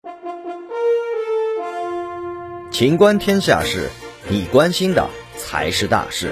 情观天下事，你关心的才是大事。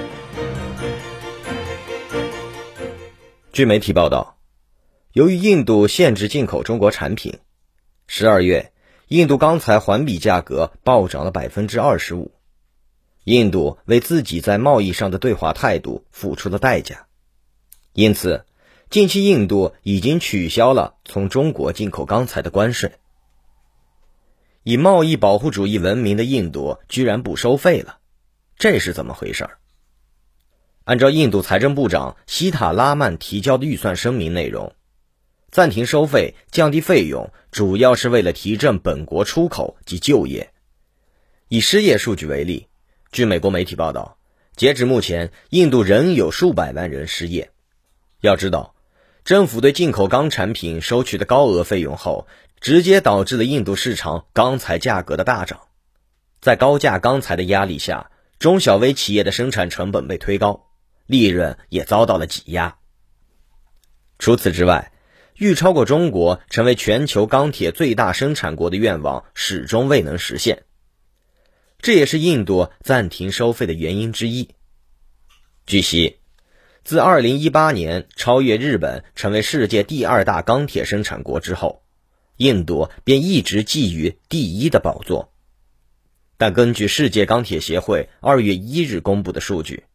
据媒体报道，由于印度限制进口中国产品，12月印度钢材环比价格暴涨了 25%。印度为自己在贸易上的对华态度付出了代价，因此近期印度已经取消了从中国进口钢材的关税。以贸易保护主义闻名的印度居然不收费了，这是怎么回事？按照印度财政部长希塔拉曼提交的预算声明内容，暂停收费、降低费用，主要是为了提振本国出口及就业。以失业数据为例，据美国媒体报道，截至目前，印度仍有数百万人失业。要知道，政府对进口钢产品收取的高额费用后，直接导致了印度市场钢材价格的大涨。在高价钢材的压力下，中小微企业的生产成本被推高，利润也遭到了挤压。除此之外，欲超过中国成为全球钢铁最大生产国的愿望始终未能实现，这也是印度暂停收费的原因之一。据悉，自2018年超越日本成为世界第2大钢铁生产国之后，印度便一直觊觎第1的宝座。但根据世界钢铁协会2月1日公布的数据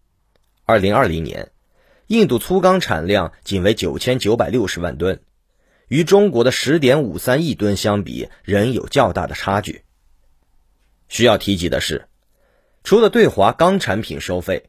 ，2020年印度粗钢产量仅为9960万吨，与中国的 10.53 亿吨相比，仍有较大的差距。需要提及的是，除了对华钢产品收费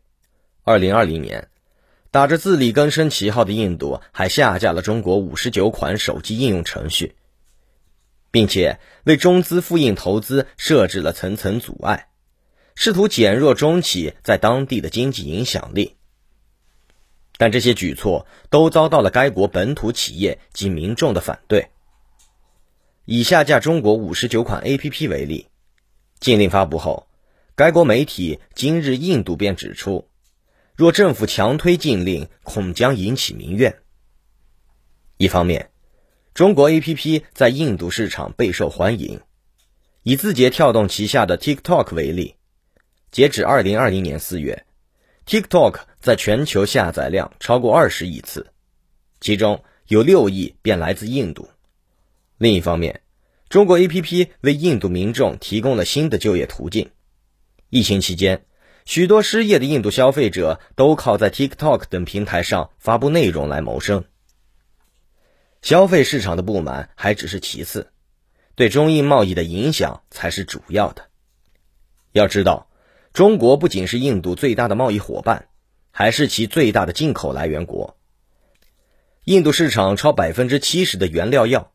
，2020年打着自力更生旗号的印度还下架了中国59款手机应用程序，并且为中资复印投资设置了层层阻碍，试图减弱中企在当地的经济影响力。但这些举措都遭到了该国本土企业及民众的反对。以下架中国59款 APP 为例，禁令发布后，该国媒体今日印度便指出，若政府强推禁令，恐将引起民怨。一方面，中国 APP 在印度市场备受欢迎。以字节跳动旗下的 TikTok 为例，截止2020年4月， TikTok 在全球下载量超过20亿次，其中有6亿便来自印度。另一方面，中国 APP 为印度民众提供了新的就业途径。疫情期间，许多失业的印度消费者都靠在 TikTok 等平台上发布内容来谋生。消费市场的不满还只是其次，对中印贸易的影响才是主要的。要知道，中国不仅是印度最大的贸易伙伴，还是其最大的进口来源国。印度市场超 70% 的原料药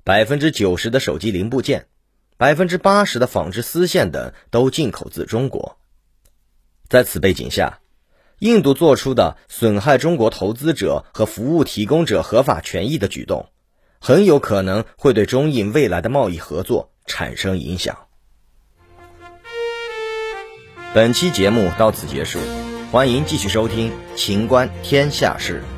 ，90% 的手机零部件，80% 的纺织丝线等都进口自中国。在此背景下，印度做出的损害中国投资者和服务提供者合法权益的举动，很有可能会对中印未来的贸易合作产生影响。本期节目到此结束，欢迎继续收听《情观天下事》。